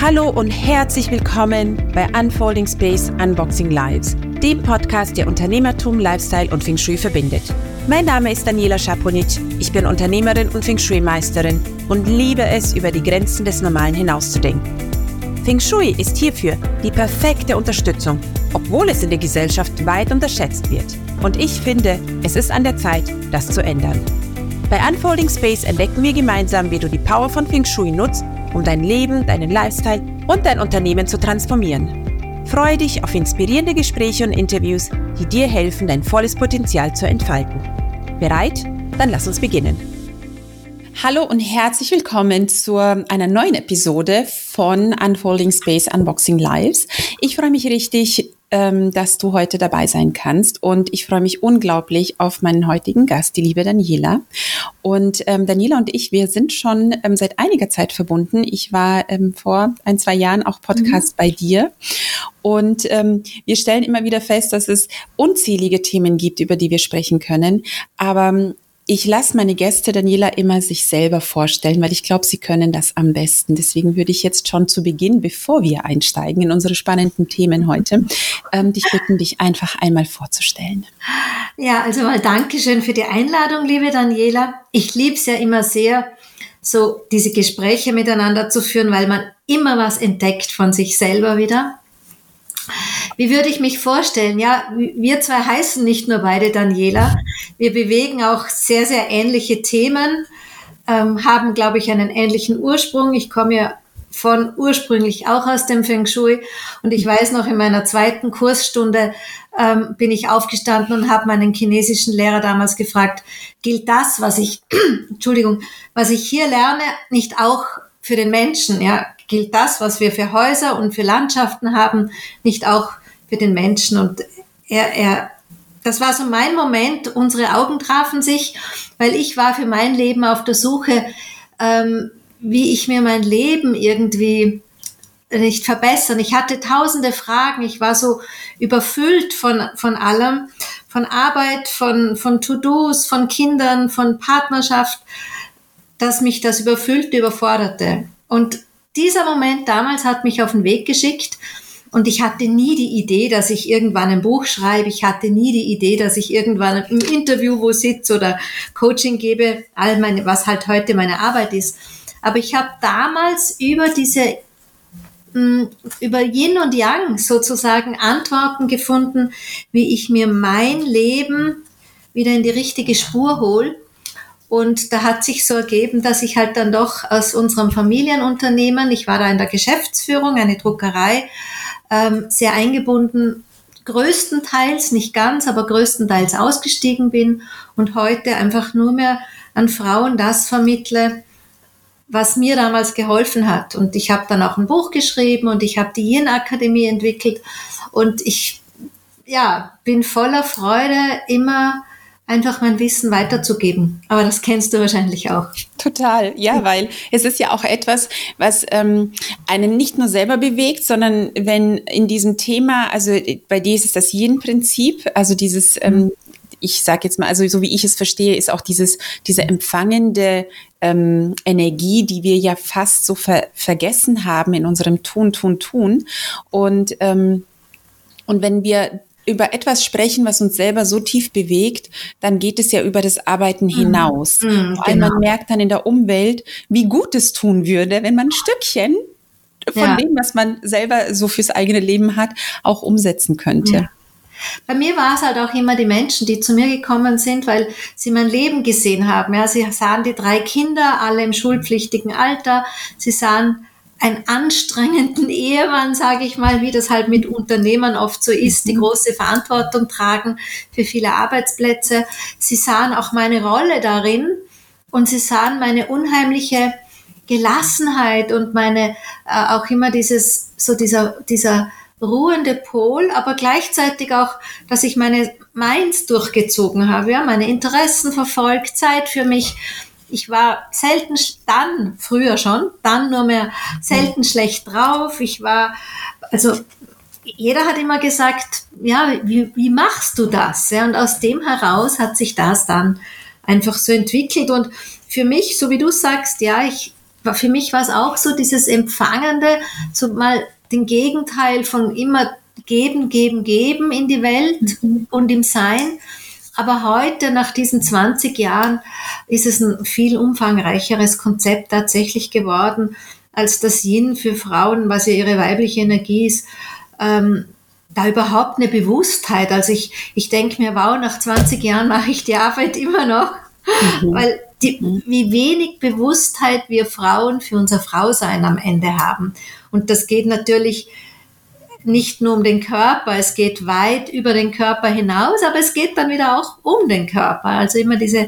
Hallo und herzlich willkommen bei Unfolding Space Unboxing Lives, dem Podcast, der Unternehmertum, Lifestyle und Feng Shui verbindet. Mein Name ist Daniela Schaponic, ich bin Unternehmerin und Feng Shui-Meisterin und liebe es, über die Grenzen des Normalen hinauszudenken. Feng Shui ist hierfür die perfekte Unterstützung, obwohl es in der Gesellschaft weit unterschätzt wird. Und ich finde, es ist an der Zeit, das zu ändern. Bei Unfolding Space entdecken wir gemeinsam, wie du die Power von Feng Shui nutzt, um dein Leben, deinen Lifestyle und dein Unternehmen zu transformieren. Freue dich auf inspirierende Gespräche und Interviews, die dir helfen, dein volles Potenzial zu entfalten. Bereit? Dann lass uns beginnen. Hallo und herzlich willkommen zu einer neuen Episode von Unfolding Space Unboxing Lives. Ich freue mich richtig, dass du heute dabei sein kannst und ich freue mich unglaublich auf meinen heutigen Gast, die liebe Daniela. Und Daniela und ich, wir sind schon seit einiger Zeit verbunden. Ich war vor 1-2 Jahren auch Podcast bei dir und wir stellen immer wieder fest, dass es unzählige Themen gibt, über die wir sprechen können, aber ich lasse meine Gäste, Daniela, immer sich selber vorstellen, weil ich glaube, sie können das am besten. Deswegen würde ich jetzt schon zu Beginn, bevor wir einsteigen in unsere spannenden Themen heute, dich bitten, dich einfach einmal vorzustellen. Ja, also mal Dankeschön für die Einladung, liebe Daniela. Ich liebe es ja immer sehr, so diese Gespräche miteinander zu führen, weil man immer was entdeckt von sich selber wieder. Wie würde ich mich vorstellen? Ja, wir zwei heißen nicht nur beide Daniela. Wir bewegen auch sehr, sehr ähnliche Themen, haben, glaube ich, einen ähnlichen Ursprung. Ich komme ja ursprünglich auch aus dem Feng Shui und ich weiß noch, in meiner 2. Kursstunde bin ich aufgestanden und habe meinen chinesischen Lehrer damals gefragt, gilt das, was ich hier lerne, nicht auch für den Menschen? Ja, gilt das, was wir für Häuser und für Landschaften haben, nicht auch für den Menschen? Und das war so mein Moment, unsere Augen trafen sich, weil ich war für mein Leben auf der Suche, wie ich mir mein Leben irgendwie nicht verbessern. Ich hatte tausende Fragen, ich war so überfüllt von allem, von Arbeit, von To-Dos, von Kindern, von Partnerschaft, dass mich das überforderte. Und dieser Moment damals hat mich auf den Weg geschickt und ich hatte nie die Idee, dass ich irgendwann ein Buch schreibe. Ich hatte nie die Idee, dass ich irgendwann im Interview wo sitze oder Coaching gebe, was halt heute meine Arbeit ist. Aber ich habe damals über Yin und Yang sozusagen Antworten gefunden, wie ich mir mein Leben wieder in die richtige Spur hole. Und da hat sich so ergeben, dass ich halt dann doch aus unserem Familienunternehmen, ich war da in der Geschäftsführung, eine Druckerei, sehr eingebunden, größtenteils, nicht ganz, aber größtenteils ausgestiegen bin und heute einfach nur mehr an Frauen das vermittle, was mir damals geholfen hat. Und ich habe dann auch ein Buch geschrieben und ich habe die Yin-Akademie entwickelt und ich bin voller Freude, immer einfach mein Wissen weiterzugeben. Aber das kennst du wahrscheinlich auch. Total, ja, weil es ist ja auch etwas, was einen nicht nur selber bewegt, sondern wenn in diesem Thema, also bei dir ist es das Yin-Prinzip, also dieses, ich sage jetzt mal, also so wie ich es verstehe, ist auch diese empfangende Energie, die wir ja fast so vergessen haben in unserem Tun. Und wenn wir über etwas sprechen, was uns selber so tief bewegt, dann geht es ja über das Arbeiten hinaus. Weil man merkt dann in der Umwelt, wie gut es tun würde, wenn man ein Stückchen von dem, was man selber so fürs eigene Leben hat, auch umsetzen könnte. Ja. Bei mir war es halt auch immer die Menschen, die zu mir gekommen sind, weil sie mein Leben gesehen haben. Ja, sie sahen die 3 Kinder, alle im schulpflichtigen Alter. Sie sahen einen anstrengenden Ehemann, sage ich mal, wie das halt mit Unternehmern oft so ist, die große Verantwortung tragen für viele Arbeitsplätze. Sie sahen auch meine Rolle darin und sie sahen meine unheimliche Gelassenheit und meine auch immer dieser ruhende Pol, aber gleichzeitig auch, dass ich meins durchgezogen habe, ja, meine Interessen verfolgt, Zeit für mich. Ich war selten nur mehr selten schlecht drauf. Jeder hat immer gesagt, ja, wie machst du das? Ja, und aus dem heraus hat sich das dann einfach so entwickelt. Und für mich, so wie du sagst, ja, ich für mich war es auch so dieses Empfangende, so mal den Gegenteil von immer geben, geben, geben in die Welt und im Sein. Aber heute, nach diesen 20 Jahren, ist es ein viel umfangreicheres Konzept tatsächlich geworden, als das Yin für Frauen, was ja ihre weibliche Energie ist, da überhaupt eine Bewusstheit. Also ich denke mir, wow, nach 20 Jahren mache ich die Arbeit immer noch, weil wie wenig Bewusstheit wir Frauen für unser Frausein am Ende haben. Und das geht natürlich nicht nur um den Körper, es geht weit über den Körper hinaus, aber es geht dann wieder auch um den Körper. Also immer diese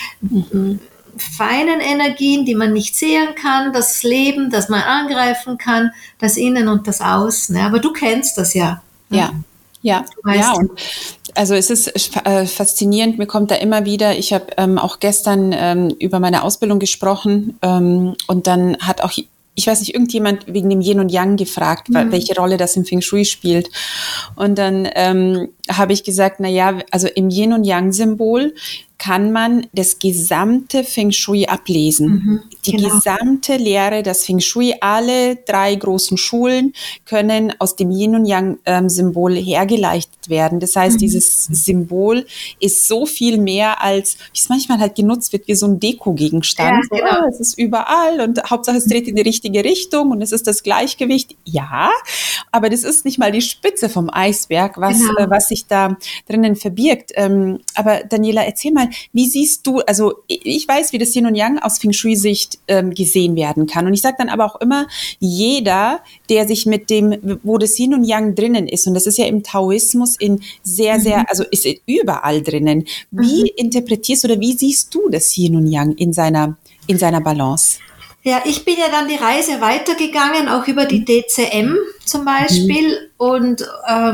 feinen Energien, die man nicht sehen kann, das Leben, das man angreifen kann, das Innen und das Außen. Aber du kennst das ja. Ja, und also es ist faszinierend, mir kommt da immer wieder, ich habe auch gestern über meine Ausbildung gesprochen und dann hat auch, ich weiß nicht, irgendjemand wegen dem Yin und Yang gefragt, welche Rolle das im Feng Shui spielt. Und dann habe ich gesagt, also im Yin und Yang Symbol kann man das gesamte Feng Shui ablesen. Die gesamte Lehre, das Feng Shui, alle 3 großen Schulen können aus dem Yin und Yang Symbol hergeleitet werden. Das heißt, dieses Symbol ist so viel mehr als, wie es manchmal halt genutzt wird, wie so ein Deko-Gegenstand. Ja, genau. Es ist überall und Hauptsache es dreht in die richtige Richtung und es ist das Gleichgewicht. Ja, aber das ist nicht mal die Spitze vom Eisberg, was sich da drinnen verbirgt. Aber Daniela, erzähl mal, wie siehst du, also ich weiß, wie das Yin und Yang aus Feng Shui-Sicht gesehen werden kann. Und ich sage dann aber auch immer, jeder, der sich mit dem, wo das Yin und Yang drinnen ist, und das ist ja im Taoismus in sehr, sehr, also ist überall drinnen. Wie interpretierst oder wie siehst du das Yin und Yang in seiner Balance? Ja, ich bin ja dann die Reise weitergegangen, auch über die DCM zum Beispiel und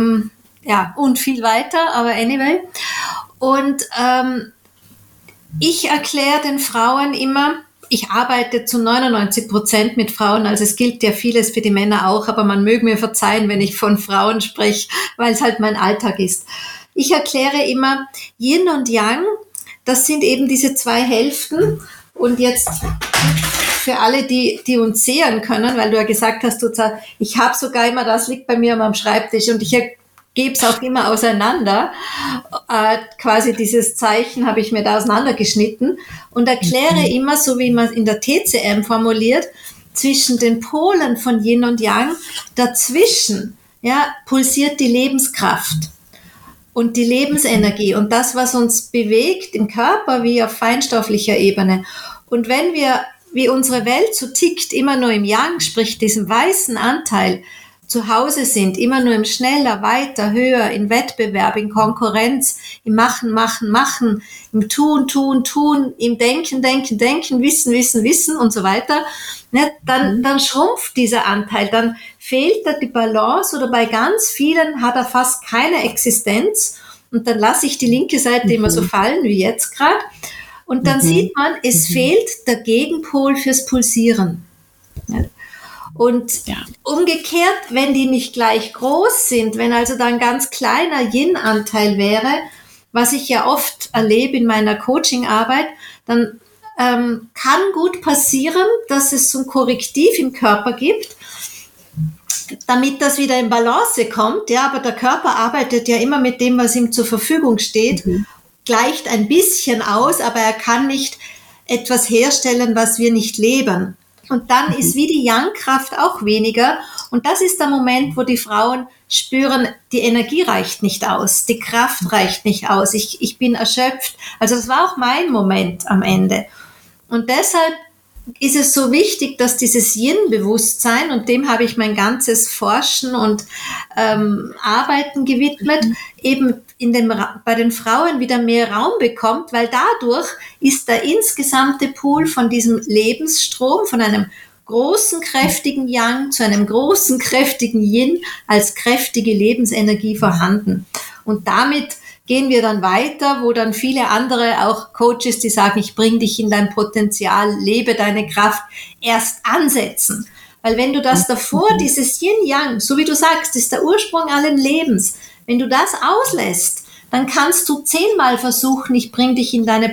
viel weiter, aber anyway. Und ich erkläre den Frauen immer, ich arbeite zu 99% mit Frauen, also es gilt ja vieles für die Männer auch, aber man möge mir verzeihen, wenn ich von Frauen spreche, weil es halt mein Alltag ist. Ich erkläre immer, Yin und Yang, das sind eben diese 2 Hälften und jetzt für alle, die uns sehen können, weil du ja gesagt hast, ich habe sogar immer, das liegt bei mir am Schreibtisch und ich gebe es auch immer auseinander. Quasi dieses Zeichen habe ich mir da auseinandergeschnitten und erkläre immer, so wie man in der TCM formuliert, zwischen den Polen von Yin und Yang, dazwischen pulsiert die Lebenskraft und die Lebensenergie und das, was uns bewegt im Körper wie auf feinstofflicher Ebene. Und wenn wir, wie unsere Welt so tickt, immer nur im Yang, sprich diesem weißen Anteil, zu Hause sind, immer nur im Schneller, Weiter, Höher, in Wettbewerb, in Konkurrenz, im Machen, Machen, Machen, im Tun, Tun, Tun, im Denken, Denken, Denken, Wissen, Wissen, Wissen und so weiter, dann schrumpft dieser Anteil, dann fehlt da die Balance oder bei ganz vielen hat er fast keine Existenz und dann lasse ich die linke Seite immer so fallen, wie jetzt gerade und dann sieht man, es fehlt der Gegenpol fürs Pulsieren. Ja. Und umgekehrt, wenn die nicht gleich groß sind, wenn also da ein ganz kleiner Yin-Anteil wäre, was ich ja oft erlebe in meiner Coaching-Arbeit, dann kann gut passieren, dass es so ein Korrektiv im Körper gibt, damit das wieder in Balance kommt. Ja, aber der Körper arbeitet ja immer mit dem, was ihm zur Verfügung steht, gleicht ein bisschen aus, aber er kann nicht etwas herstellen, was wir nicht leben. Und dann ist wie die Yang-Kraft auch weniger. Und das ist der Moment, wo die Frauen spüren, die Energie reicht nicht aus, die Kraft reicht nicht aus, ich bin erschöpft. Also das war auch mein Moment am Ende. Und deshalb ist es so wichtig, dass dieses Yin-Bewusstsein, und dem habe ich mein ganzes Forschen und Arbeiten gewidmet, eben bei den Frauen wieder mehr Raum bekommt, weil dadurch ist der insgesamte Pool von diesem Lebensstrom, von einem großen, kräftigen Yang zu einem großen, kräftigen Yin als kräftige Lebensenergie vorhanden. Und damit gehen wir dann weiter, wo dann viele andere, auch Coaches, die sagen, ich bringe dich in dein Potenzial, lebe deine Kraft, erst ansetzen. Weil wenn du das davor, dieses Yin-Yang, so wie du sagst, ist der Ursprung allen Lebens, wenn du das auslässt, dann kannst du 10-mal versuchen, ich bringe dich in deine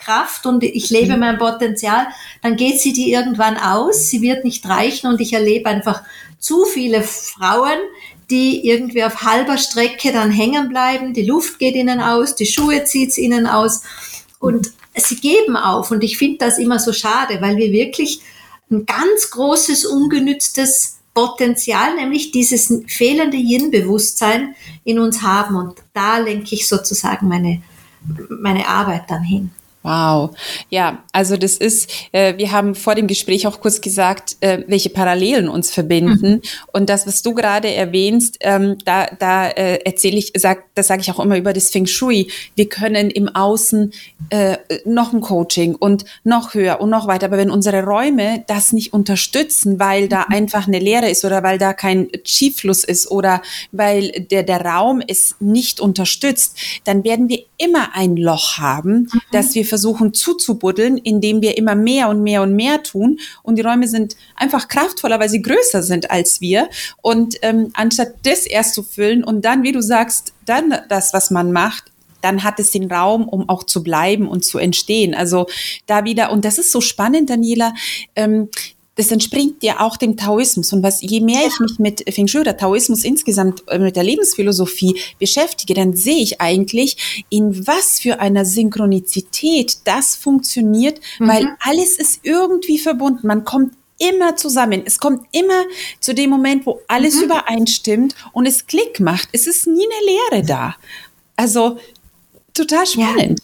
Kraft und ich lebe mein Potenzial, dann geht sie die irgendwann aus, sie wird nicht reichen und ich erlebe einfach zu viele Frauen, die irgendwie auf halber Strecke dann hängen bleiben, die Luft geht ihnen aus, die Schuhe zieht's ihnen aus und sie geben auf und ich finde das immer so schade, weil wir wirklich ein ganz großes, ungenütztes Potenzial, nämlich dieses fehlende Yin-Bewusstsein in uns haben und da lenke ich sozusagen meine Arbeit dann hin. Wow. Ja, also das ist, wir haben vor dem Gespräch auch kurz gesagt, welche Parallelen uns verbinden. Und das, was du gerade erwähnst, da erzähle ich, das sage ich auch immer über das Feng Shui. Wir können im Außen noch ein Coaching und noch höher und noch weiter. Aber wenn unsere Räume das nicht unterstützen, weil da einfach eine Leere ist oder weil da kein Qi-Fluss ist oder weil der Raum es nicht unterstützt, dann werden wir immer ein Loch haben, das wir versuchen zuzubuddeln, indem wir immer mehr und mehr und mehr tun. Und die Räume sind einfach kraftvoller, weil sie größer sind als wir. Und anstatt das erst zu füllen und dann, wie du sagst, dann das, was man macht, dann hat es den Raum, um auch zu bleiben und zu entstehen. Also da wieder, und das ist so spannend, Daniela, das entspringt ja auch dem Taoismus. Und je mehr ich mich mit Feng Shui oder Taoismus insgesamt mit der Lebensphilosophie beschäftige, dann sehe ich eigentlich, in was für einer Synchronizität das funktioniert, weil alles ist irgendwie verbunden. Man kommt immer zusammen. Es kommt immer zu dem Moment, wo alles übereinstimmt und es Klick macht. Es ist nie eine Leere da. Also total spannend.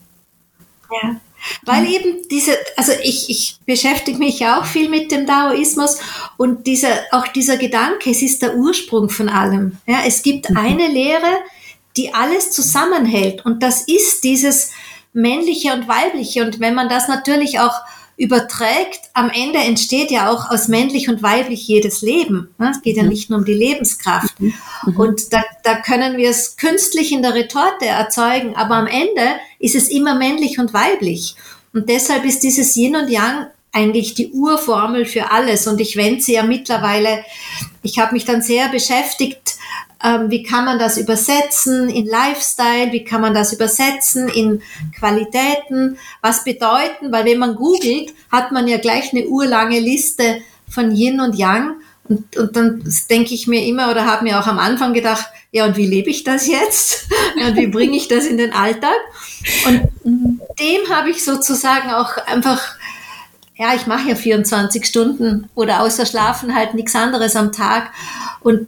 Ja. Weil eben also ich beschäftige mich ja auch viel mit dem Daoismus und dieser Gedanke, es ist der Ursprung von allem. Ja, es gibt eine Lehre, die alles zusammenhält und das ist dieses Männliche und Weibliche und wenn man das natürlich auch überträgt, am Ende entsteht ja auch aus männlich und weiblich jedes Leben. Es geht ja nicht nur um die Lebenskraft. Und da können wir es künstlich in der Retorte erzeugen, aber am Ende ist es immer männlich und weiblich. Und deshalb ist dieses Yin und Yang eigentlich die Urformel für alles. Und ich wende sie ja mittlerweile, ich habe mich dann sehr beschäftigt, wie kann man das übersetzen in Lifestyle, wie kann man das übersetzen in Qualitäten, was bedeuten, weil wenn man googelt, hat man ja gleich eine urlange Liste von Yin und Yang und dann denke ich mir immer oder habe mir auch am Anfang gedacht, ja und wie lebe ich das jetzt und wie bringe ich das in den Alltag und dem habe ich sozusagen auch einfach, ja ich mache ja 24 Stunden oder außer Schlafen halt nichts anderes am Tag und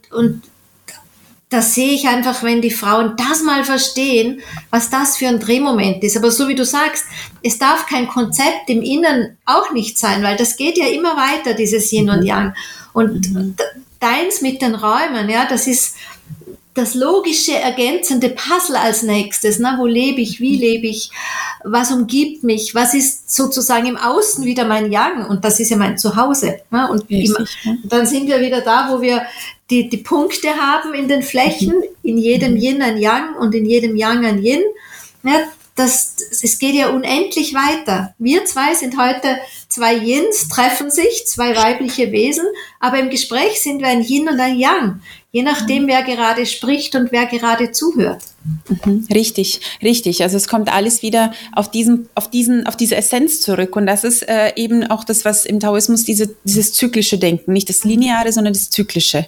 das sehe ich einfach, wenn die Frauen das mal verstehen, was das für ein Drehmoment ist. Aber so wie du sagst, es darf kein Konzept im Innen auch nicht sein, weil das geht ja immer weiter, dieses Yin und Yang. Und deins mit den Räumen, ja, das ist das logische, ergänzende Puzzle als nächstes. Ne? Wo lebe ich, wie lebe ich, was umgibt mich, was ist sozusagen im Außen wieder mein Yang und das ist ja mein Zuhause. Ne? Und dann sind wir wieder da, wo wir die Punkte haben in den Flächen, in jedem Yin ein Yang und in jedem Yang ein Yin. Ja, es geht ja unendlich weiter. Wir zwei sind heute zwei Yins, treffen sich, zwei weibliche Wesen, aber im Gespräch sind wir ein Yin und ein Yang, je nachdem, wer gerade spricht und wer gerade zuhört. Richtig. Also es kommt alles wieder auf diese Essenz zurück und das ist eben auch das, was im Taoismus dieses zyklische Denken, nicht das Lineare, sondern das Zyklische.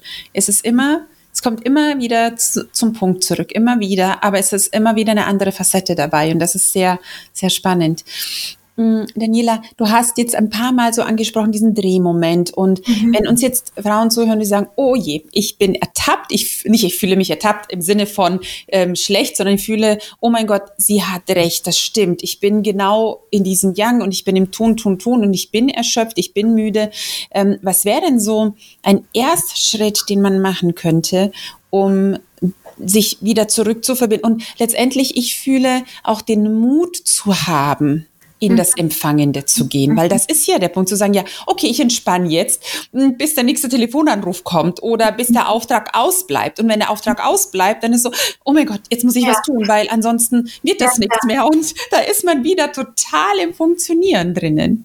Es kommt immer wieder zum Punkt zurück, immer wieder, aber es ist immer wieder eine andere Facette dabei und das ist sehr, sehr spannend. Daniela, du hast jetzt ein paar Mal so angesprochen, diesen Drehmoment und wenn uns jetzt Frauen zuhören, die sagen, oh je, ich bin ertappt, ich fühle mich ertappt im Sinne von schlecht, sondern ich fühle, oh mein Gott, sie hat recht, das stimmt, ich bin genau in diesem Yang und ich bin im Tun und ich bin erschöpft, ich bin müde. Was wäre denn so ein Erstschritt, den man machen könnte, um sich wieder zurückzuverbinden und letztendlich, ich fühle auch den Mut zu haben, in das Empfangende zu gehen, weil das ist ja der Punkt, zu sagen, ja, okay, ich entspanne jetzt, bis der nächste Telefonanruf kommt oder bis der Auftrag ausbleibt. Und wenn der Auftrag ausbleibt, dann ist so, oh mein Gott, jetzt muss ich was tun, weil ansonsten wird das nichts mehr. Und da ist man wieder total im Funktionieren drinnen.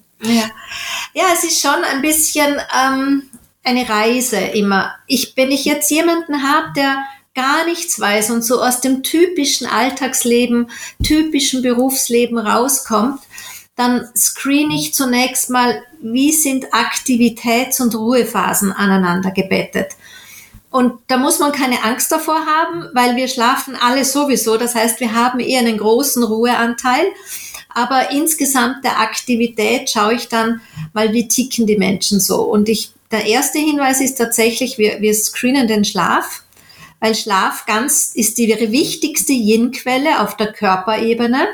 Ja, es ist schon ein bisschen eine Reise immer. Wenn ich jetzt jemanden habe, der gar nichts weiß und so aus dem typischen Alltagsleben, typischen Berufsleben rauskommt, dann screene ich zunächst mal, wie sind Aktivitäts- und Ruhephasen aneinander gebettet. Und da muss man keine Angst davor haben, weil wir schlafen alle sowieso. Das heißt, wir haben eher einen großen Ruheanteil. Aber insgesamt der Aktivität schaue ich dann mal, wie ticken die Menschen so. Und der erste Hinweis ist tatsächlich, wir screenen den Schlaf, weil Schlaf ist die wichtigste Yin-Quelle auf der Körperebene.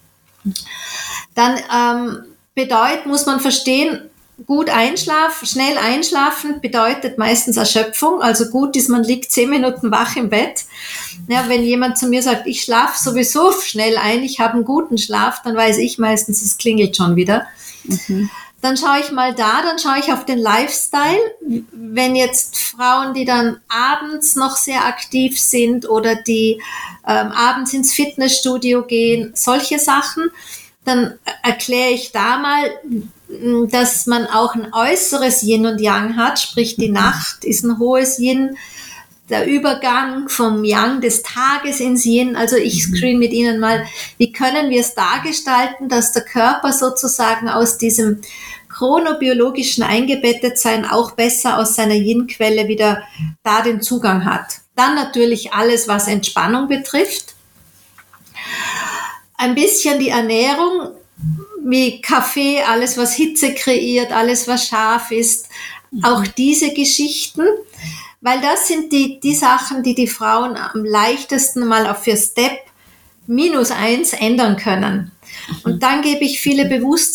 Dann muss man verstehen, schnell einschlafen bedeutet meistens Erschöpfung. Also gut ist, man liegt 10 Minuten wach im Bett. Ja, wenn jemand zu mir sagt, ich schlafe sowieso schnell ein, ich habe einen guten Schlaf, dann weiß ich meistens, es klingelt schon wieder. Mhm. Dann schaue ich auf den Lifestyle. Wenn jetzt Frauen, die dann abends noch sehr aktiv sind oder die abends ins Fitnessstudio gehen, solche Sachen, dann erkläre ich da mal, dass man auch ein äußeres Yin und Yang hat, sprich die Nacht ist ein hohes Yin, der Übergang vom Yang des Tages ins Yin. Also ich screen mit Ihnen mal, wie können wir es dargestalten, dass der Körper sozusagen aus diesem chronobiologischen Eingebettetsein auch besser aus seiner Yin-Quelle wieder da den Zugang hat. Dann natürlich alles, was Entspannung betrifft. Ein bisschen die Ernährung, wie Kaffee, alles was Hitze kreiert, alles was scharf ist, auch diese Geschichten, weil das sind die Sachen, die die Frauen am leichtesten mal für Step -1 ändern können. Und dann gebe ich viele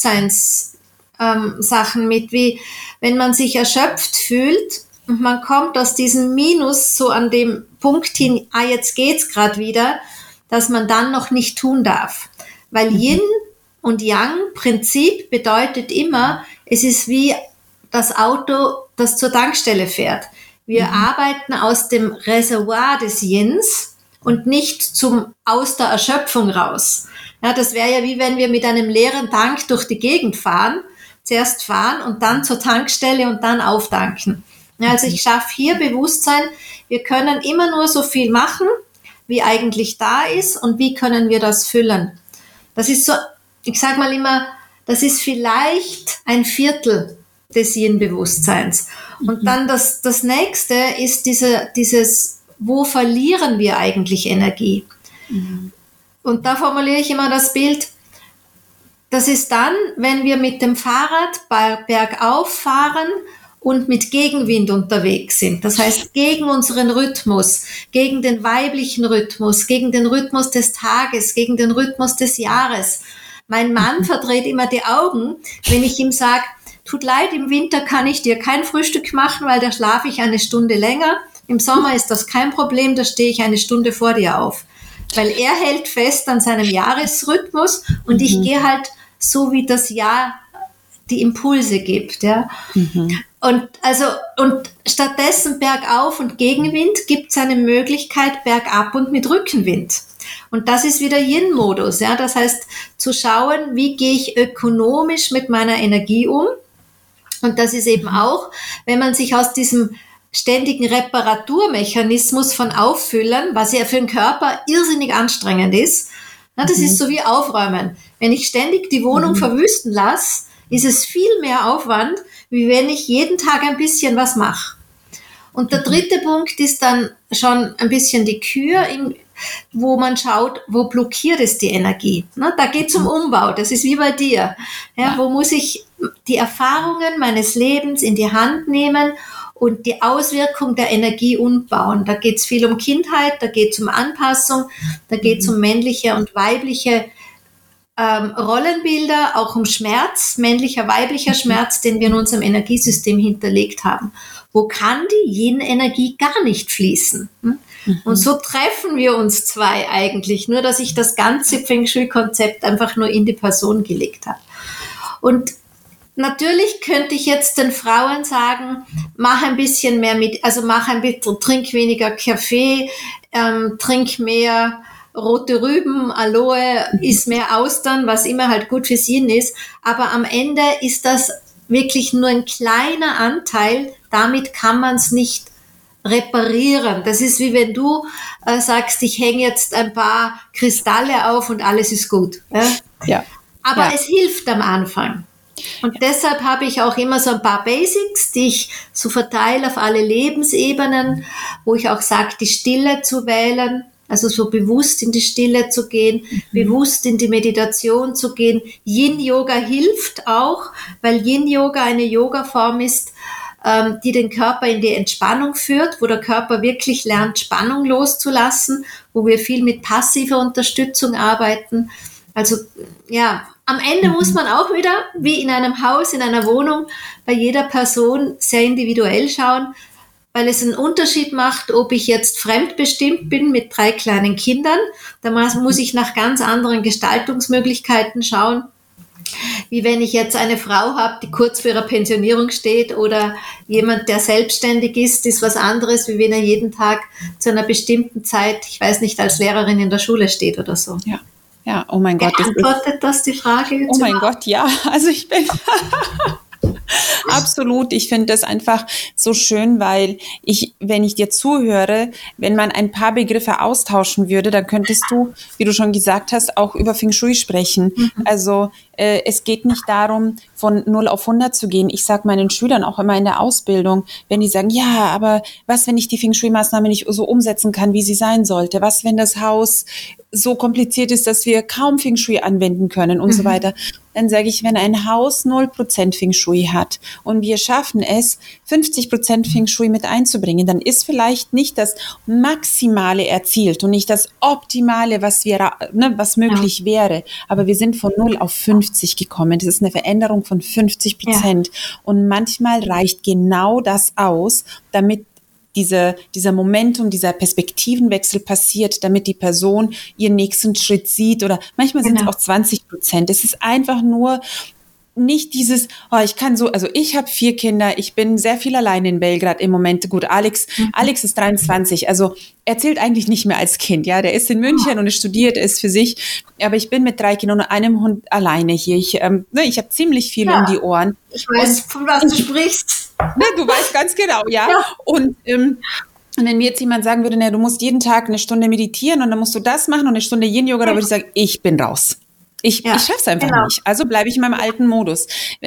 Bewusstseinssachen mit, wie wenn man sich erschöpft fühlt und man kommt aus diesem Minus so an dem Punkt hin, jetzt geht's gerade wieder, dass man dann noch nicht tun darf. Weil Yin und Yang-Prinzip bedeutet immer, es ist wie das Auto, das zur Tankstelle fährt. Wir arbeiten aus dem Reservoir des Yins und nicht aus der Erschöpfung raus. Ja, das wäre ja wie wenn wir mit einem leeren Tank durch die Gegend fahren, zuerst fahren und dann zur Tankstelle und dann auftanken. Ja, also ich schaffe hier Bewusstsein, wir können immer nur so viel machen, wie eigentlich da ist und wie können wir das füllen. Das ist so, ich sage mal immer, das ist vielleicht 1/4 des Yin-Bewusstseins. Und dann das nächste ist dieses, wo verlieren wir eigentlich Energie? Und da formuliere ich immer das Bild, das ist dann, wenn wir mit dem Fahrrad bergauf fahren und mit Gegenwind unterwegs sind. Das heißt, gegen unseren Rhythmus, gegen den weiblichen Rhythmus, gegen den Rhythmus des Tages, gegen den Rhythmus des Jahres. Mein Mann verdreht immer die Augen, wenn ich ihm sage, tut leid, im Winter kann ich dir kein Frühstück machen, weil da schlafe ich 1 Stunde länger. Im Sommer ist das kein Problem, da stehe ich 1 Stunde vor dir auf. Weil er hält fest an seinem Jahresrhythmus und ich gehe halt so, wie das Jahr die Impulse gibt. Ja. Und stattdessen bergauf und Gegenwind gibt es eine Möglichkeit bergab und mit Rückenwind. Und das ist wieder Yin-Modus. Ja. Das heißt, zu schauen, wie gehe ich ökonomisch mit meiner Energie um. Und das ist eben auch, wenn man sich aus diesem ständigen Reparaturmechanismus von Auffüllen, was ja für den Körper irrsinnig anstrengend ist, na, das ist so wie Aufräumen. Wenn ich ständig die Wohnung verwüsten lasse, ist es viel mehr Aufwand, wie wenn ich jeden Tag ein bisschen was mache. Und der dritte Punkt ist dann schon ein bisschen die Kür, wo man schaut, wo blockiert es die Energie. Na, da geht es um Umbau, das ist wie bei dir. Ja, wo muss ich die Erfahrungen meines Lebens in die Hand nehmen und die Auswirkung der Energie umbauen. Da geht es viel um Kindheit, da geht es um Anpassung, da geht es um männliche und weibliche Rollenbilder, auch um Schmerz, männlicher, weiblicher Schmerz, den wir in unserem Energiesystem hinterlegt haben. Wo kann die Yin-Energie gar nicht fließen? Und so treffen wir uns zwei eigentlich, nur dass ich das ganze Feng Shui-Konzept einfach nur in die Person gelegt habe. Und natürlich könnte ich jetzt den Frauen sagen, mach ein bisschen mehr trink weniger Kaffee, trink mehr rote Rüben, Aloe, iss mehr Austern, was immer halt gut fürs Yin ist. Aber am Ende ist das wirklich nur ein kleiner Anteil. Damit kann man es nicht reparieren. Das ist wie wenn du sagst, ich hänge jetzt ein paar Kristalle auf und alles ist gut. Ja. Aber es hilft am Anfang. Und deshalb habe ich auch immer so ein paar Basics, die ich so verteile auf alle Lebensebenen, wo ich auch sage, die Stille zu wählen, also so bewusst in die Stille zu gehen, bewusst in die Meditation zu gehen. Yin-Yoga hilft auch, weil Yin-Yoga eine Yoga-Form ist, die den Körper in die Entspannung führt, wo der Körper wirklich lernt, Spannung loszulassen, wo wir viel mit passiver Unterstützung arbeiten. Also ja, am Ende muss man auch wieder, wie in einem Haus, in einer Wohnung, bei jeder Person sehr individuell schauen, weil es einen Unterschied macht, ob ich jetzt fremdbestimmt bin mit 3 kleinen Kindern. Da muss ich nach ganz anderen Gestaltungsmöglichkeiten schauen, wie wenn ich jetzt eine Frau habe, die kurz vor ihrer Pensionierung steht, oder jemand, der selbstständig ist was anderes, wie wenn er jeden Tag zu einer bestimmten Zeit, ich weiß nicht, als Lehrerin in der Schule steht oder so. Ja, oh mein Gott. Beantwortet das die Frage jetzt? Oh mein Gott, ja. Also ich bin absolut. Ich finde das einfach so schön, weil wenn ich dir zuhöre, wenn man ein paar Begriffe austauschen würde, dann könntest du, wie du schon gesagt hast, auch über Feng Shui sprechen. Also es geht nicht darum, von 0 auf 100 zu gehen. Ich sage meinen Schülern auch immer in der Ausbildung, wenn die sagen, ja, aber was, wenn ich die Feng Shui-Maßnahme nicht so umsetzen kann, wie sie sein sollte? Was, wenn das Haus so kompliziert ist, dass wir kaum Feng Shui anwenden können und so weiter? Dann sage ich, wenn ein Haus 0% Feng Shui hat und wir schaffen es, 50% Feng Shui mit einzubringen, dann ist vielleicht nicht das Maximale erzielt und nicht das Optimale, was möglich wäre. Aber wir sind von 0 auf 50 gekommen. Das ist eine Veränderung von 50%. Ja. Und manchmal reicht genau das aus, damit dieser Momentum, dieser Perspektivenwechsel passiert, damit die Person ihren nächsten Schritt sieht, oder manchmal sind es auch 20%. Es ist einfach nur nicht dieses, ich kann so, also ich habe 4 Kinder, ich bin sehr viel alleine in Belgrad im Moment. Gut, Alex ist 23, also er zählt eigentlich nicht mehr als Kind, ja, der ist in München und er studiert, ist für sich, aber ich bin mit 3 Kindern und einem Hund alleine hier. Ich habe ziemlich viel um die Ohren. Ich weiß, von was du sprichst. Du weißt ganz genau, ja. Und wenn mir jetzt jemand sagen würde, du musst jeden Tag eine Stunde meditieren und dann musst du das machen und eine Stunde Yin-Yoga, da würde ich sagen, ich bin raus. Ich schaff's einfach nicht. Also bleibe ich in meinem alten Modus.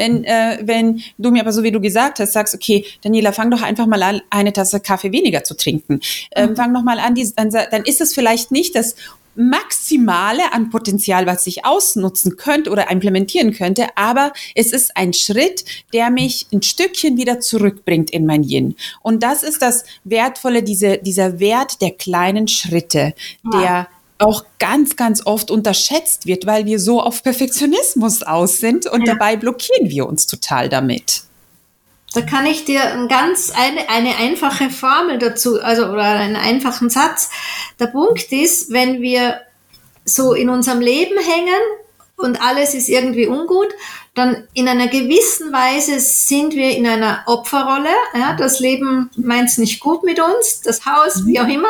Wenn du mir aber, so wie du gesagt hast, sagst, okay, Daniela, fang doch einfach mal an, eine Tasse Kaffee weniger zu trinken. Fang doch mal an, dann ist es vielleicht nicht das Maximale an Potenzial, was ich ausnutzen könnte oder implementieren könnte, aber es ist ein Schritt, der mich ein Stückchen wieder zurückbringt in mein Yin. Und das ist das Wertvolle, dieser Wert der kleinen Schritte, der auch ganz, ganz oft unterschätzt wird, weil wir so auf Perfektionismus aus sind und dabei blockieren wir uns total damit. Da kann ich dir eine einfache Formel dazu, oder einen einfachen Satz. Der Punkt ist, wenn wir so in unserem Leben hängen und alles ist irgendwie ungut, dann in einer gewissen Weise sind wir in einer Opferrolle. Ja, das Leben meint es nicht gut mit uns, das Haus, wie auch immer.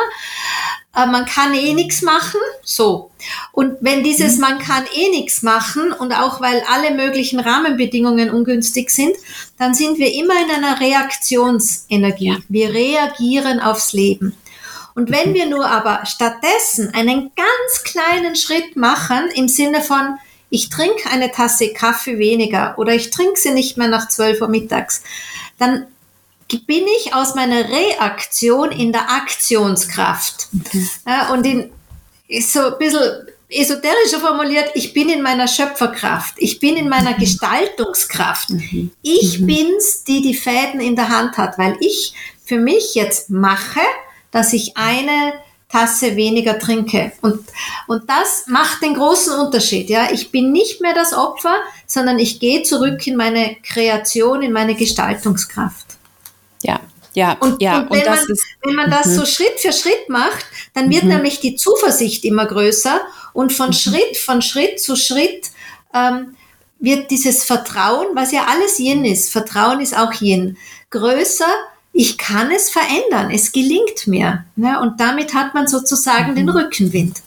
Man kann nichts machen, so. Und wenn dieses man kann nichts machen und auch weil alle möglichen Rahmenbedingungen ungünstig sind, dann sind wir immer in einer Reaktionsenergie. Wir reagieren aufs Leben. Und wenn wir nur aber stattdessen einen ganz kleinen Schritt machen, im Sinne von, ich trinke eine Tasse Kaffee weniger oder ich trinke sie nicht mehr nach 12 Uhr mittags, dann bin ich aus meiner Reaktion in der Aktionskraft. Ja, und so ein bisschen esoterischer formuliert, ich bin in meiner Schöpferkraft, ich bin in meiner Gestaltungskraft. Ich bin's, die Fäden in der Hand hat, weil ich für mich jetzt mache, dass ich eine Tasse weniger trinke. Und das macht den großen Unterschied. Ja? Ich bin nicht mehr das Opfer, sondern ich gehe zurück in meine Kreation, in meine Gestaltungskraft. Und wenn man das so Schritt für Schritt macht, dann wird nämlich die Zuversicht immer größer und von Schritt zu Schritt wird dieses Vertrauen, was ja alles Yin ist, Vertrauen ist auch Yin, größer. Ich kann es verändern, es gelingt mir. Ne? Und damit hat man sozusagen den Rückenwind.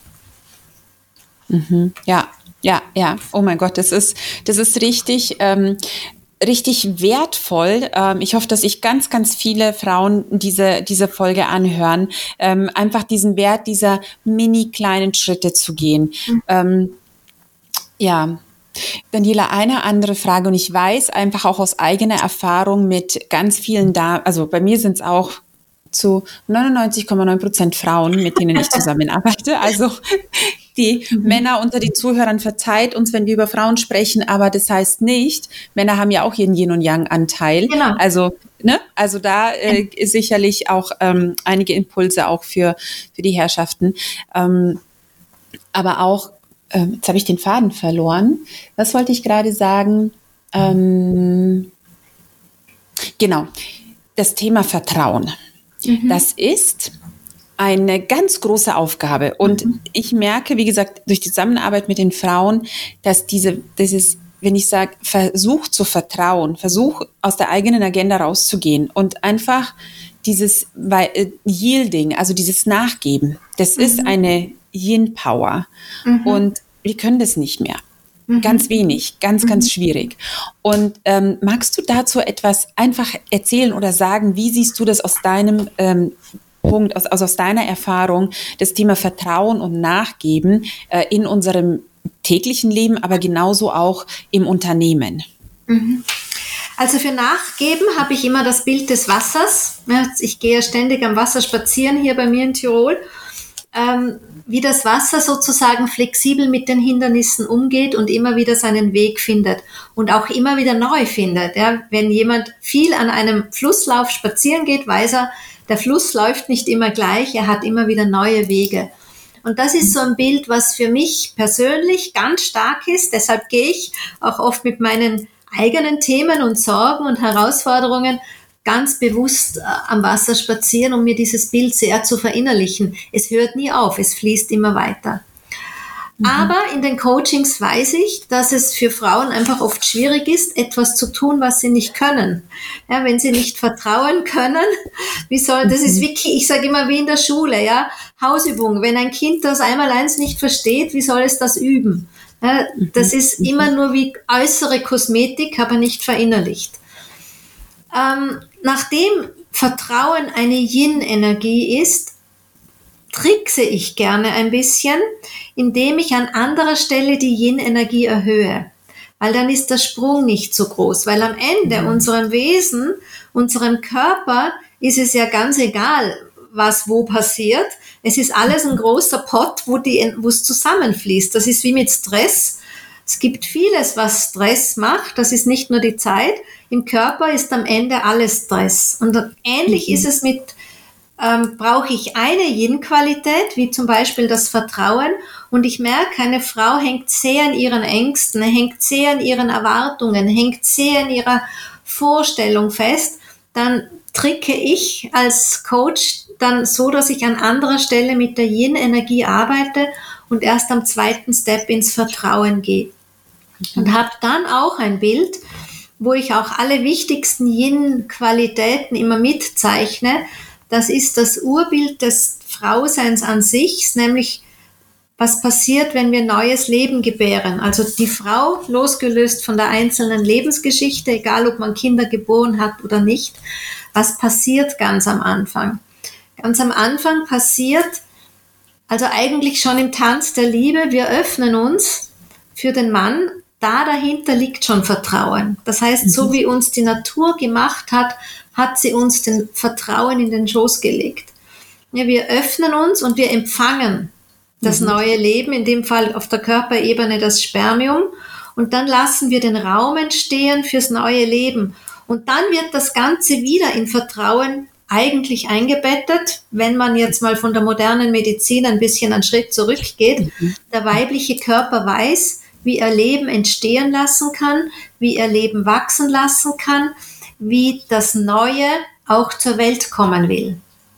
Ja. Oh mein Gott, das ist richtig wertvoll. Ich hoffe, dass sich ganz, ganz viele Frauen diese Folge anhören. Einfach diesen Wert dieser mini kleinen Schritte zu gehen. Daniela, eine andere Frage, und ich weiß einfach auch aus eigener Erfahrung mit ganz vielen also bei mir sind es auch zu 99,9% Frauen, mit denen ich zusammenarbeite. Also die Männer unter die Zuhörern, verzeiht uns, wenn wir über Frauen sprechen, aber das heißt nicht, Männer haben ja auch ihren Yin- und Yang-Anteil. Genau. Also da ist sicherlich auch einige Impulse auch für die Herrschaften. Aber auch, jetzt habe ich den Faden verloren. Was wollte ich gerade sagen? Genau, das Thema Vertrauen. Das ist eine ganz große Aufgabe. Und ich merke, wie gesagt, durch die Zusammenarbeit mit den Frauen, dass dieses, wenn ich sage, Versuch zu vertrauen, Versuch aus der eigenen Agenda rauszugehen und einfach dieses Yielding, also dieses Nachgeben, das ist eine Yin-Power. Und wir können das nicht mehr. Ganz wenig, ganz schwierig. Und magst du dazu etwas einfach erzählen oder sagen, wie siehst du das aus deinem Punkt, aus deiner Erfahrung, das Thema Vertrauen und Nachgeben in unserem täglichen Leben, aber genauso auch im Unternehmen? Also für Nachgeben habe ich immer das Bild des Wassers. Ich gehe ja ständig am Wasser spazieren hier bei mir in Tirol. Wie das Wasser sozusagen flexibel mit den Hindernissen umgeht und immer wieder seinen Weg findet und auch immer wieder neu findet. Ja, wenn jemand viel an einem Flusslauf spazieren geht, weiß er, der Fluss läuft nicht immer gleich, er hat immer wieder neue Wege. Und das ist so ein Bild, was für mich persönlich ganz stark ist. Deshalb gehe ich auch oft mit meinen eigenen Themen und Sorgen und Herausforderungen ganz bewusst am Wasser spazieren, um mir dieses Bild sehr zu verinnerlichen. Es hört nie auf, es fließt immer weiter. Aber in den Coachings weiß ich, dass es für Frauen einfach oft schwierig ist, etwas zu tun, was sie nicht können. Ja, wenn sie nicht vertrauen können, das ist wirklich, ich sage immer wie in der Schule, ja, Hausübung. Wenn ein Kind das Einmaleins nicht versteht, wie soll es das üben? Ja, das ist immer nur wie äußere Kosmetik, aber nicht verinnerlicht. Nachdem Vertrauen eine Yin-Energie ist, trickse ich gerne ein bisschen, indem ich an anderer Stelle die Yin-Energie erhöhe. Weil dann ist der Sprung nicht so groß. Weil am Ende unserem Wesen, unserem Körper, ist es ja ganz egal, was wo passiert. Es ist alles ein großer Pott, wo es zusammenfließt. Das ist wie mit Stress. Es gibt vieles, was Stress macht. Das ist nicht nur die Zeit. Im Körper ist am Ende alles Stress. Und ähnlich ist es mit brauche ich eine Yin-Qualität, wie zum Beispiel das Vertrauen. Und ich merke, eine Frau hängt sehr an ihren Ängsten, hängt sehr an ihren Erwartungen, hängt sehr an ihrer Vorstellung fest. Dann tricke ich als Coach dann so, dass ich an anderer Stelle mit der Yin-Energie arbeite und erst am zweiten Step ins Vertrauen gehe. Und habe dann auch ein Bild, wo ich auch alle wichtigsten Yin-Qualitäten immer mitzeichne. Das ist das Urbild des Frauseins an sich, nämlich was passiert, wenn wir neues Leben gebären. Also die Frau, losgelöst von der einzelnen Lebensgeschichte, egal ob man Kinder geboren hat oder nicht, was passiert ganz am Anfang? Ganz am Anfang passiert, also eigentlich schon im Tanz der Liebe, wir öffnen uns für den Mann, da dahinter liegt schon Vertrauen. Das heißt, so wie uns die Natur gemacht hat, hat sie uns den Vertrauen in den Schoß gelegt. Ja, wir öffnen uns und wir empfangen das neue Leben, in dem Fall auf der Körperebene das Spermium, und dann lassen wir den Raum entstehen fürs neue Leben. Und dann wird das Ganze wieder in Vertrauen eigentlich eingebettet, wenn man jetzt mal von der modernen Medizin ein bisschen einen Schritt zurückgeht. Der weibliche Körper weiß, wie er Leben entstehen lassen kann, wie er Leben wachsen lassen kann, wie das Neue auch zur Welt kommen will.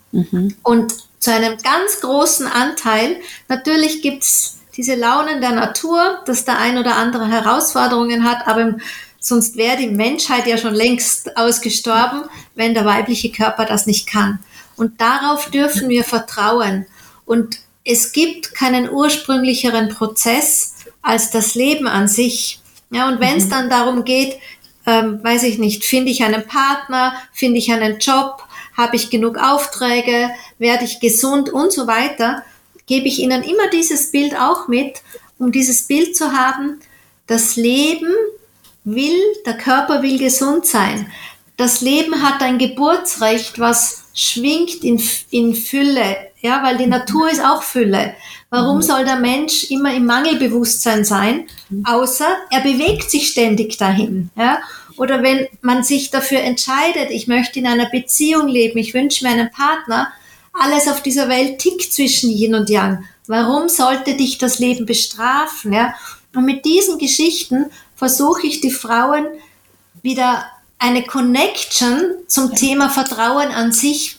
Und zu einem ganz großen Anteil, natürlich gibt's diese Launen der Natur, dass der ein oder andere Herausforderungen hat, aber sonst wäre die Menschheit ja schon längst ausgestorben, wenn der weibliche Körper das nicht kann. Und darauf dürfen wir vertrauen. Und es gibt keinen ursprünglicheren Prozess als das Leben an sich. Ja, und wenn es dann darum geht, weiß ich nicht, finde ich einen Partner, finde ich einen Job, habe ich genug Aufträge, werde ich gesund und so weiter, gebe ich Ihnen immer dieses Bild auch mit, um dieses Bild zu haben, das Leben der Körper will gesund sein. Das Leben hat ein Geburtsrecht, was schwingt in Fülle, ja, weil die Natur ist auch Fülle. Warum soll der Mensch immer im Mangelbewusstsein sein, außer er bewegt sich ständig dahin, ja? Oder wenn man sich dafür entscheidet, ich möchte in einer Beziehung leben, ich wünsche mir einen Partner, alles auf dieser Welt tickt zwischen Yin und Yang. Warum sollte dich das Leben bestrafen, ja? Und mit diesen Geschichten versuche ich die Frauen wieder eine Connection zum Thema Vertrauen an sich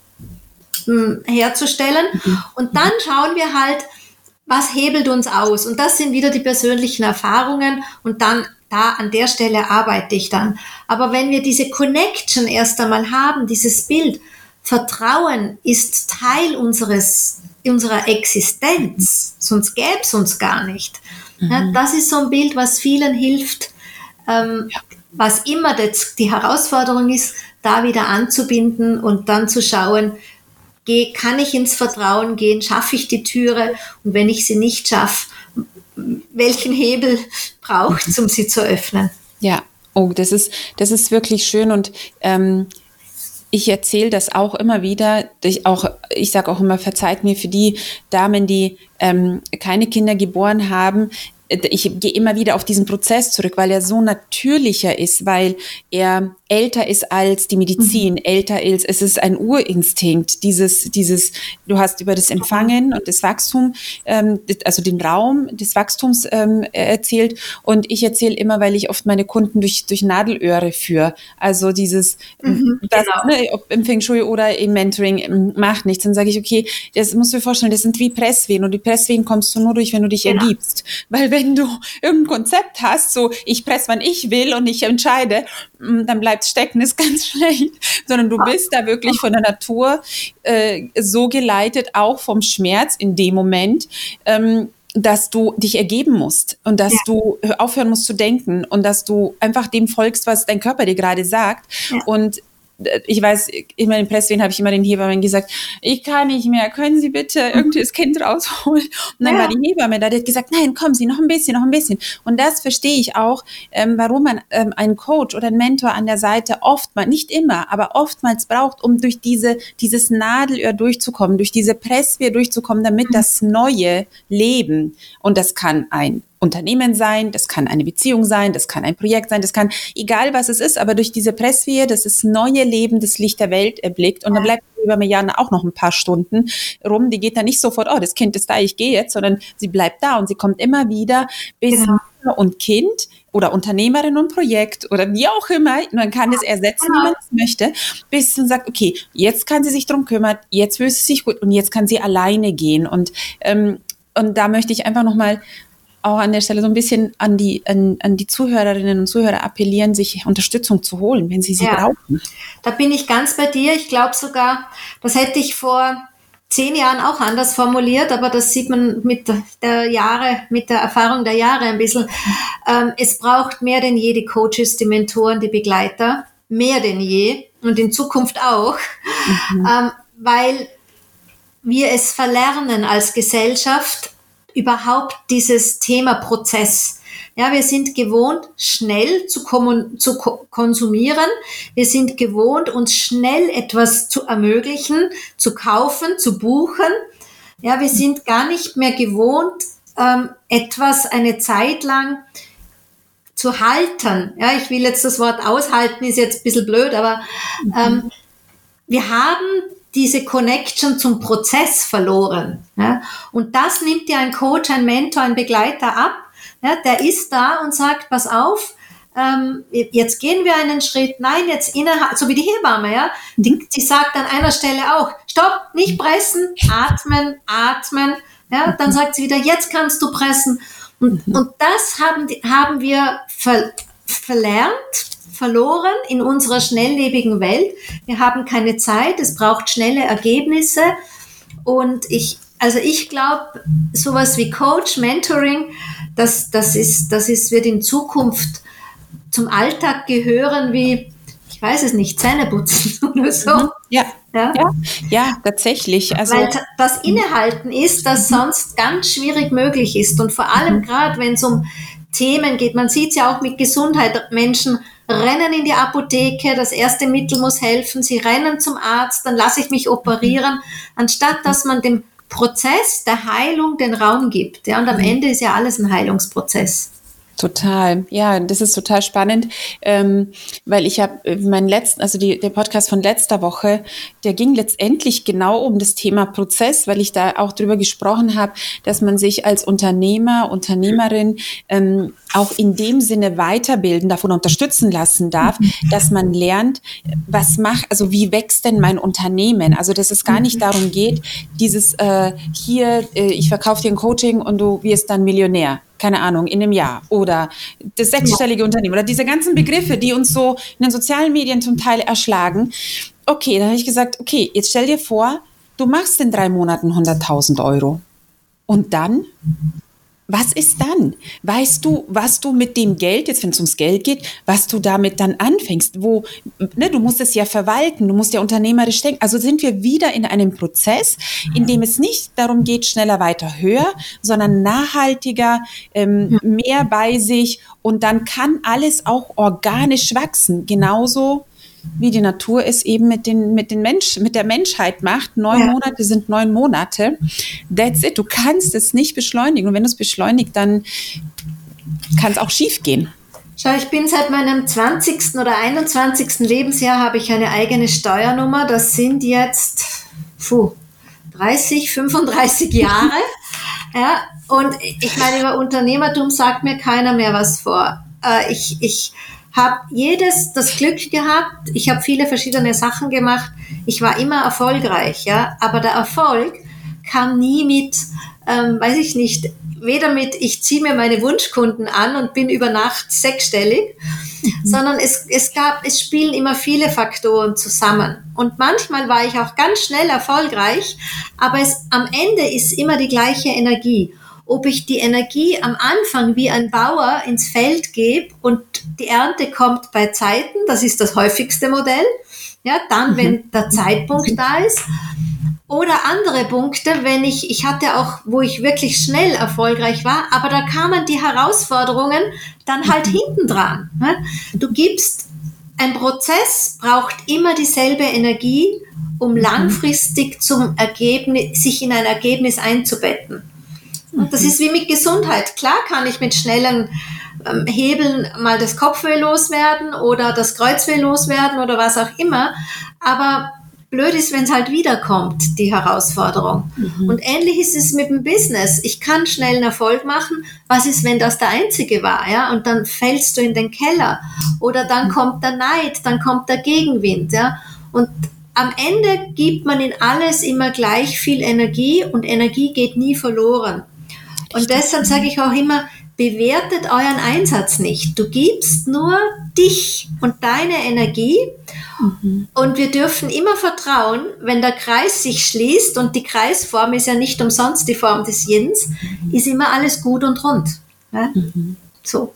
herzustellen. Und dann schauen wir halt, was hebelt uns aus. Und das sind wieder die persönlichen Erfahrungen. Und dann an der Stelle arbeite ich dann. Aber wenn wir diese Connection erst einmal haben, dieses Bild, Vertrauen ist Teil unserer Existenz, sonst gäbe es uns gar nicht. Ja, das ist so ein Bild, was vielen hilft, was immer die Herausforderung ist, da wieder anzubinden und dann zu schauen, kann ich ins Vertrauen gehen, schaffe ich die Türe, und wenn ich sie nicht schaffe, welchen Hebel braucht es, um sie zu öffnen? Ja, das ist wirklich schön, und ich erzähle das auch immer wieder. Ich sage auch immer, verzeiht mir für die Damen, die keine Kinder geboren haben. Ich gehe immer wieder auf diesen Prozess zurück, weil er so natürlicher ist, weil er älter ist als die Medizin, es ist ein Urinstinkt, du hast über das Empfangen und das Wachstum, also den Raum des Wachstums erzählt, und ich erzähle immer, weil ich oft meine Kunden durch Nadelöhre führe, also dieses, ob im Feng Shui oder im Mentoring, macht nichts, dann sage ich, okay, das musst du dir vorstellen, das sind wie Presswehen, und die Presswehen kommst du nur durch, wenn du dich ergibst, weil wenn du irgendein Konzept hast, so ich presse, wann ich will und ich entscheide, dann bleibt stecken, ist ganz schlecht, sondern du bist da wirklich von der Natur so geleitet, auch vom Schmerz in dem Moment, dass du dich ergeben musst und dass du aufhören musst zu denken und dass du einfach dem folgst, was dein Körper dir gerade sagt. Und ich weiß, immer in Presswehen habe ich immer den Hebammen gesagt, ich kann nicht mehr, können Sie bitte irgendwie das Kind rausholen? Und dann war die Hebamme da, die hat gesagt, nein, kommen Sie, noch ein bisschen. Und das verstehe ich auch, warum man einen Coach oder einen Mentor an der Seite oftmals, nicht immer, aber oftmals braucht, um durch dieses Nadelöhr durchzukommen, durch diese Presswehe durchzukommen, damit das neue Leben, und das kann ein Unternehmen sein, das kann eine Beziehung sein, das kann ein Projekt sein, das kann, egal was es ist, aber durch diese Presswehe, das ist neue Leben, das Licht der Welt erblickt, und dann bleibt über Milliarden auch noch ein paar Stunden rum, die geht dann nicht sofort, das Kind ist da, ich gehe jetzt, sondern sie bleibt da und sie kommt immer wieder, bis Mutter und Kind oder Unternehmerin und Projekt oder wie auch immer, man kann das ersetzen, wie man es möchte, bis man sagt, okay, jetzt kann sie sich drum kümmern, jetzt fühlt sie sich gut und jetzt kann sie alleine gehen, und da möchte ich einfach nochmal auch an der Stelle so ein bisschen an die Zuhörerinnen und Zuhörer appellieren, sich Unterstützung zu holen, wenn sie brauchen. Da bin ich ganz bei dir. Ich glaube sogar, das hätte ich vor 10 Jahren auch anders formuliert, aber das sieht man mit der Erfahrung der Jahre ein bisschen. Es braucht mehr denn je die Coaches, die Mentoren, die Begleiter, mehr denn je und in Zukunft auch, weil wir es verlernen als Gesellschaft, überhaupt dieses Thema Prozess. Ja, wir sind gewohnt, schnell zu konsumieren. Wir sind gewohnt, uns schnell etwas zu ermöglichen, zu kaufen, zu buchen. Ja, wir sind gar nicht mehr gewohnt, etwas eine Zeit lang zu halten. Ja, ich will jetzt das Wort aushalten, ist jetzt ein bisschen blöd, aber wir haben diese Connection zum Prozess verloren. Ja? Und das nimmt dir ein Coach, ein Mentor, ein Begleiter ab. Ja? Der ist da und sagt, pass auf, jetzt gehen wir einen Schritt, nein, jetzt so wie die Hebamme, ja, die sagt an einer Stelle auch, stopp, nicht pressen, atmen, ja, dann sagt sie wieder, jetzt kannst du pressen. Und das haben wir verloren in unserer schnelllebigen Welt. Wir haben keine Zeit, es braucht schnelle Ergebnisse, und ich glaube, sowas wie Coach, Mentoring, das wird in Zukunft zum Alltag gehören wie, ich weiß es nicht, Zähneputzen oder so. Ja, tatsächlich. Also, weil das Innehalten ist, das sonst ganz schwierig möglich ist, und vor allem gerade, wenn es um Themen geht. Man sieht es ja auch mit Gesundheit. Menschen rennen in die Apotheke, das erste Mittel muss helfen, sie rennen zum Arzt, dann lasse ich mich operieren, anstatt dass man dem Prozess der Heilung den Raum gibt. Ja, und am Ende ist ja alles ein Heilungsprozess. Total, ja, das ist total spannend, weil ich habe der Podcast von letzter Woche, der ging letztendlich genau um das Thema Prozess, weil ich da auch drüber gesprochen habe, dass man sich als Unternehmer, Unternehmerin auch in dem Sinne weiterbilden, davon unterstützen lassen darf, dass man lernt, wie wächst denn mein Unternehmen? Also, dass es gar nicht darum geht, dieses ich verkaufe dir ein Coaching und du wirst dann Millionär. Keine Ahnung, in einem Jahr oder das sechsstellige Unternehmen oder diese ganzen Begriffe, die uns so in den sozialen Medien zum Teil erschlagen. Okay, dann habe ich gesagt, okay, jetzt stell dir vor, du machst in 3 Monaten 100.000 Euro. Und dann? Was ist dann? Weißt du, was du mit dem Geld, jetzt wenn es ums Geld geht, was du damit dann anfängst? Du musst es ja verwalten, du musst ja unternehmerisch denken. Also sind wir wieder in einem Prozess, in dem es nicht darum geht, schneller, weiter, höher, sondern nachhaltiger, mehr bei sich und dann kann alles auch organisch wachsen. Genauso wie die Natur es eben mit der Menschheit macht. 9 Monate sind 9 Monate. That's it. Du kannst es nicht beschleunigen. Und wenn du es beschleunigst, dann kann es auch schief gehen. Schau, ich bin seit meinem 20. oder 21. Lebensjahr habe ich eine eigene Steuernummer. Das sind jetzt 30, 35 Jahre. Ja, und ich meine, über Unternehmertum sagt mir keiner mehr was vor. Ich habe das Glück gehabt, ich habe viele verschiedene Sachen gemacht, ich war immer erfolgreich, ja, aber der Erfolg kam nie mit, weder mit, ich ziehe mir meine Wunschkunden an und bin über Nacht sechsstellig, sondern es spielen immer viele Faktoren zusammen. Und manchmal war ich auch ganz schnell erfolgreich, aber am Ende ist immer die gleiche Energie. Ob ich die Energie am Anfang wie ein Bauer ins Feld gebe und die Ernte kommt bei Zeiten, das ist das häufigste Modell, ja, dann, wenn der Zeitpunkt da ist. Oder andere Punkte, ich hatte auch, wo ich wirklich schnell erfolgreich war, aber da kamen die Herausforderungen dann halt hinten dran. Ne? Ein Prozess braucht immer dieselbe Energie, um langfristig sich in ein Ergebnis einzubetten. Und das ist wie mit Gesundheit. Klar kann ich mit schnellen Hebeln mal das Kopfweh loswerden oder das Kreuzweh loswerden oder was auch immer. Aber blöd ist, wenn es halt wiederkommt, die Herausforderung. Und ähnlich ist es mit dem Business. Ich kann schnell einen Erfolg machen. Was ist, wenn das der einzige war? Ja? Und dann fällst du in den Keller. Oder dann kommt der Neid, dann kommt der Gegenwind. Ja? Und am Ende gibt man in alles immer gleich viel Energie und Energie geht nie verloren. Und deshalb sage ich auch immer, bewertet euren Einsatz nicht. Du gibst nur dich und deine Energie und wir dürfen immer vertrauen, wenn der Kreis sich schließt und die Kreisform ist ja nicht umsonst die Form des Yins, ist immer alles gut und rund. Ja? So.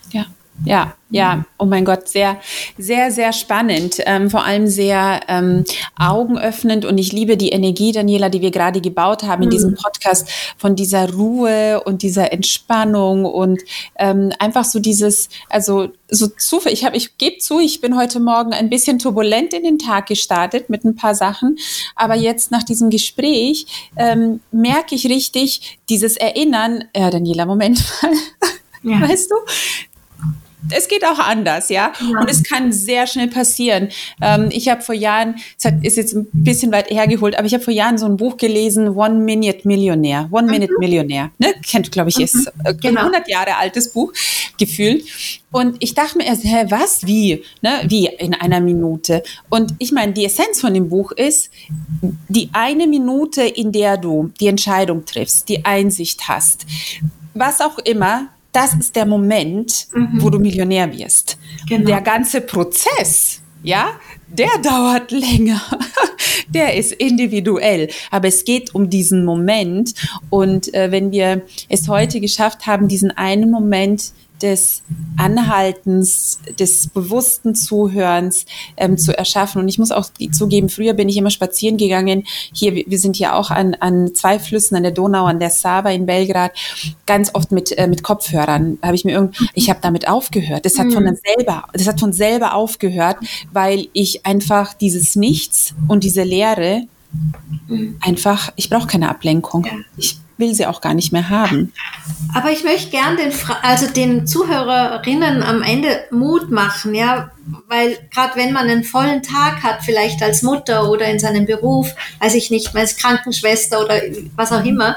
Ja, oh mein Gott, sehr, sehr, sehr spannend, vor allem sehr augenöffnend und ich liebe die Energie, Daniela, die wir gerade gebaut haben in diesem Podcast von dieser Ruhe und dieser Entspannung und einfach so dieses, also so Zufall, ich gebe zu, ich bin heute Morgen ein bisschen turbulent in den Tag gestartet mit ein paar Sachen, aber jetzt nach diesem Gespräch merke ich richtig dieses Erinnern, Daniela, Moment mal, weißt du, es geht auch anders, ja. Und es kann sehr schnell passieren. Ich habe vor Jahren, ist jetzt ein bisschen weit hergeholt, aber ich habe vor Jahren so ein Buch gelesen, One Minute Millionaire. Ne? Kennt, glaube ich, ist 100 Jahre altes Buch, gefühlt. Und ich dachte mir erst, was? Wie? Ne? Wie in einer Minute? Und ich meine, die Essenz von dem Buch ist, die eine Minute, in der du die Entscheidung triffst, die Einsicht hast, was auch immer, das ist der Moment, wo du Millionär wirst. Genau. Der ganze Prozess, ja, der dauert länger. Der ist individuell. Aber es geht um diesen Moment. Und wenn wir es heute geschafft haben, diesen einen Moment des Anhaltens, des bewussten Zuhörens zu erschaffen. Und ich muss auch zugeben, früher bin ich immer spazieren gegangen. Hier, wir sind hier auch an 2 Flüssen, an der Donau, an der Sava in Belgrad, ganz oft mit Kopfhörern. Ich habe damit aufgehört. Das hat von selber aufgehört, weil ich einfach dieses Nichts und diese Leere einfach, ich brauche keine Ablenkung. Ja. Ich will sie auch gar nicht mehr haben. Aber ich möchte gern den Zuhörerinnen am Ende Mut machen, ja, weil gerade wenn man einen vollen Tag hat, vielleicht als Mutter oder in seinem Beruf, weiß ich nicht, als Krankenschwester oder was auch immer,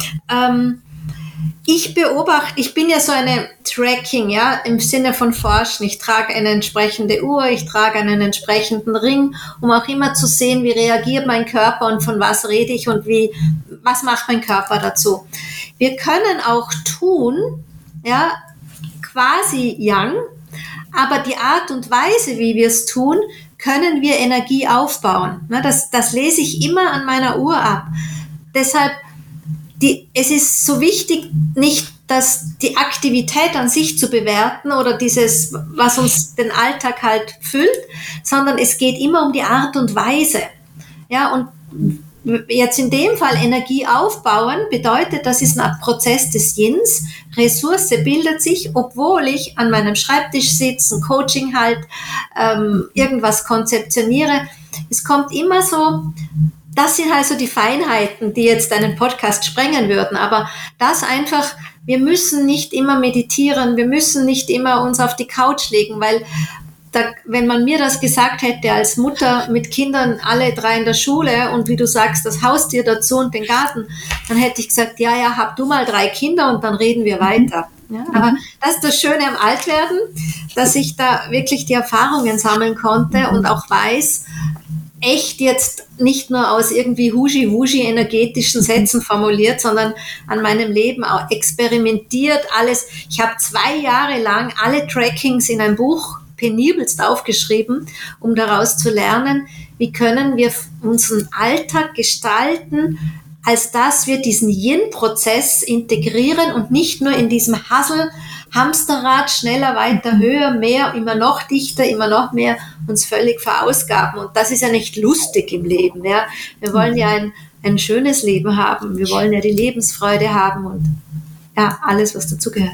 ich bin ja so eine Tracking, ja, im Sinne von Forschen. Ich trage eine entsprechende Uhr, ich trage einen entsprechenden Ring, um auch immer zu sehen, wie reagiert mein Körper und von was rede ich und was macht mein Körper dazu. Wir können auch tun, ja, quasi Yang, aber die Art und Weise, wie wir es tun, können wir Energie aufbauen. Das lese ich immer an meiner Uhr ab. Deshalb es ist so wichtig, nicht die Aktivität an sich zu bewerten oder dieses, was uns den Alltag halt füllt, sondern es geht immer um die Art und Weise. Ja, und jetzt in dem Fall Energie aufbauen bedeutet, das ist ein Prozess des Yins. Ressource bildet sich, obwohl ich an meinem Schreibtisch sitze, ein Coaching halt, irgendwas konzeptioniere. Es kommt immer so. Das sind halt so die Feinheiten, die jetzt einen Podcast sprengen würden. Aber das einfach, wir müssen nicht immer meditieren, wir müssen nicht immer uns auf die Couch legen, weil wenn man mir das gesagt hätte als Mutter mit Kindern, alle 3 in der Schule und wie du sagst, das Haustier dazu und den Garten, dann hätte ich gesagt, ja, hab du mal 3 Kinder und dann reden wir weiter. Ja, aber das ist das Schöne am Altwerden, dass ich da wirklich die Erfahrungen sammeln konnte und auch weiß, echt jetzt nicht nur aus irgendwie Hushi-Wushi energetischen Sätzen formuliert, sondern an meinem Leben auch experimentiert alles. Ich habe 2 Jahre lang alle Trackings in ein Buch penibelst aufgeschrieben, um daraus zu lernen, wie können wir unseren Alltag gestalten, als dass wir diesen Yin-Prozess integrieren und nicht nur in diesem Hamsterrad, schneller, weiter, höher, mehr, immer noch dichter, immer noch mehr uns völlig verausgaben. Und das ist ja nicht lustig im Leben. Ja. Wir wollen ja ein schönes Leben haben. Wir wollen ja die Lebensfreude haben und ja, alles, was dazugehört.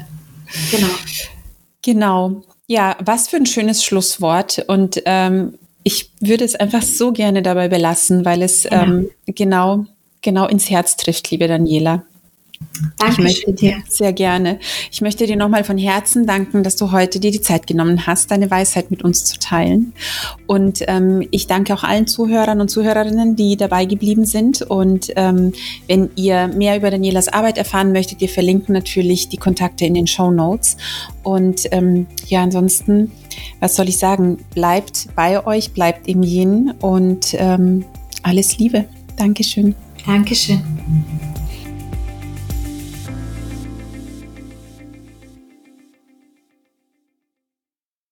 Genau. Ja, was für ein schönes Schlusswort. Und ich würde es einfach so gerne dabei belassen, weil es genau ins Herz trifft, liebe Daniela. Danke dir. Sehr gerne. Ich möchte dir nochmal von Herzen danken, dass du heute dir die Zeit genommen hast, deine Weisheit mit uns zu teilen. Und ich danke auch allen Zuhörern und Zuhörerinnen, die dabei geblieben sind. Und wenn ihr mehr über Danielas Arbeit erfahren möchtet, wir verlinken natürlich die Kontakte in den Shownotes. Und ansonsten, was soll ich sagen? Bleibt bei euch, bleibt im Yin und alles Liebe. Dankeschön. Dankeschön.